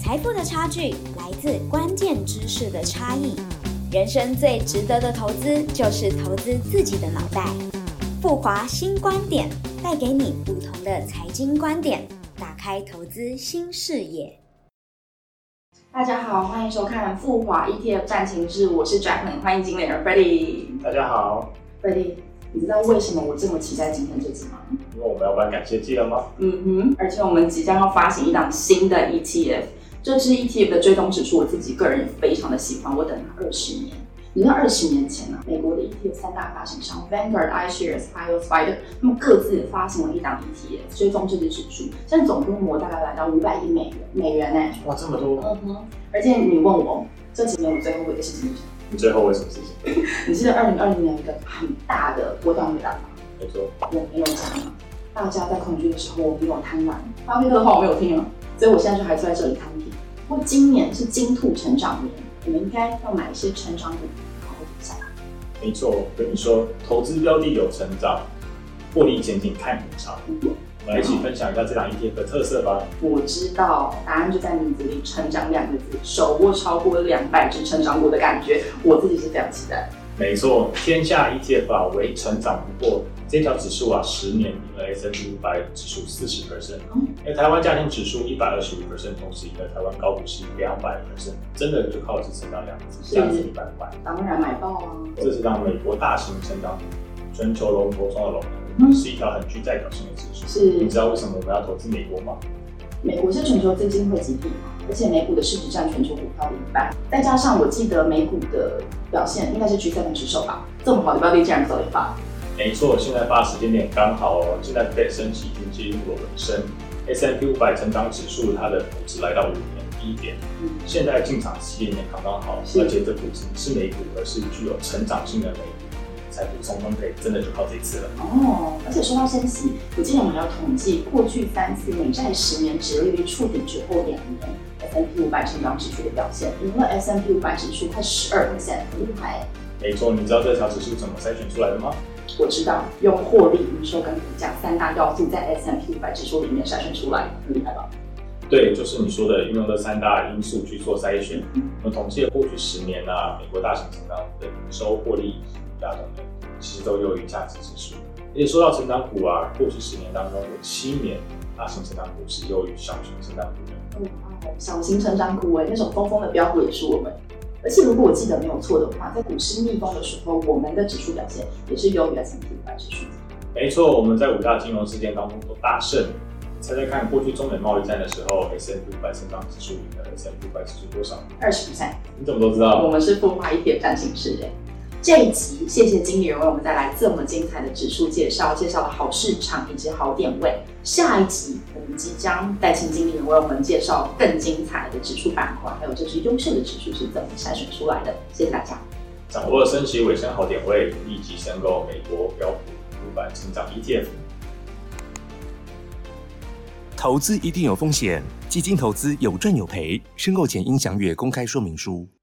财富的差距来自关键知识的差异。人生最值得的投资就是投资自己的脑袋。富华新观点带给你不同的财经观点，打开投资新视野。 大家好，欢迎收看富华 ETF 战情室，我是 Jacqueline， 欢迎经理人 Freddie。 大家好 ，Freddie， 你知道为什么我这么期待今天这集吗？ 因为我们要办感谢季了吗？ 而且我们即将要发行一档新的 ETF， 这支 ETF 的追踪指数我自己个人也非常的喜欢，我等了20年。你知道20年前啊，美国的 ETF 三大发行商 Vanguard、iShares 还有 Spider， 他们各自发行了一档 ETF 追踪这支指数，现在总规模大概来到500亿美元呢。 哇，这么多！ 而且你问我这几年我最后悔的事情是什么？ 你最后为什么事情？ 你记得2020年有一个很大的波段回档吗？ 没错， 我没有讲啊。大家在恐惧的时候，我没有贪婪。巴菲特的话我没有听啊，所以我现在就还坐在这里摊平。不过今年是金兔成长年，我们应该要买一些成长股，好好下来。 没错，我跟你说，投资标的有成长，获利前景看很长。我们来一起分享一下这档 ETF 的特色吧。 我知道答案就在名字里，成长2个字，手握超过200只成长股的感觉，我自己是非常期待。 没错，天下 ETF 啊为成长不过，这条指数啊10年赢了 S&P 500指数40%，而台湾加权指数125%，同时赢了台湾高股息200%，真的就靠的是成长2个字，价值100块。 当然买爆啊！ 这是档美国大型成长股，全球龙头中的龙头，是一条很具代表性的指数。 是， 你知道为什么我们要投资美国吗？ 美国是全球资金汇集地嘛，而且美股的市值占全球股票的1半，再加上我记得美股的表现应该是 G7 之首吧，这么好的标的竟然早点发。 没错，现在发时间点刚好哦，现在Fed升息已经进入了尾声 ，S&P 500成长指数它的股值来到5年低点，现在进场时间点刚刚好，而且这股值不是美股，而是具有成长性的美股。财富重分配真的就靠这一次了而且说到升息，我记得我们还要统计过去3次美债10年殖利率触顶之后2年 S&P 500成长指数的表现，赢了 S&P 500指数快12%，很厉害。 没错，你知道这条指数怎么筛选出来的吗？ 我知道，用获利、营收跟股价3大要素在 S&P 500指数里面筛选出来，很厉害吧？ 对，就是你说的运用这3大因素去做筛选。我们统计了过去10年啊，美国大型成长股的营收、获利、股价等等，其实都优于价值指数。而且说到成长股啊，过去10年当中有7年大型成长股是优于小型成长股的。 小型成长股那种疯疯的标股也是我们。而且如果我记得没有错的话，在股市逆风的时候，我们的指数表现也是优于 S&P 500指数。没错，我们在5大金融事件当中都大胜。猜猜看，过去中美贸易战的时候 ，S&P 500成长指数赢了 S&P 500指数多少 ？20%。 你怎么都知道？ 我们是富华 ETF 战情室这一集，谢谢经理人为我们带来这么精彩的指数介绍，介绍了好市场以及好点位。下一集我们即将带请经理人为我们介绍更精彩的指数板块，还有这支优秀的指数是怎么筛选出来的。谢谢大家。 掌握升息尾声好点位，立即申购美国标普500成长 ETF。 投资一定有风险，基金投资有赚有赔，申购前应详阅公开说明书。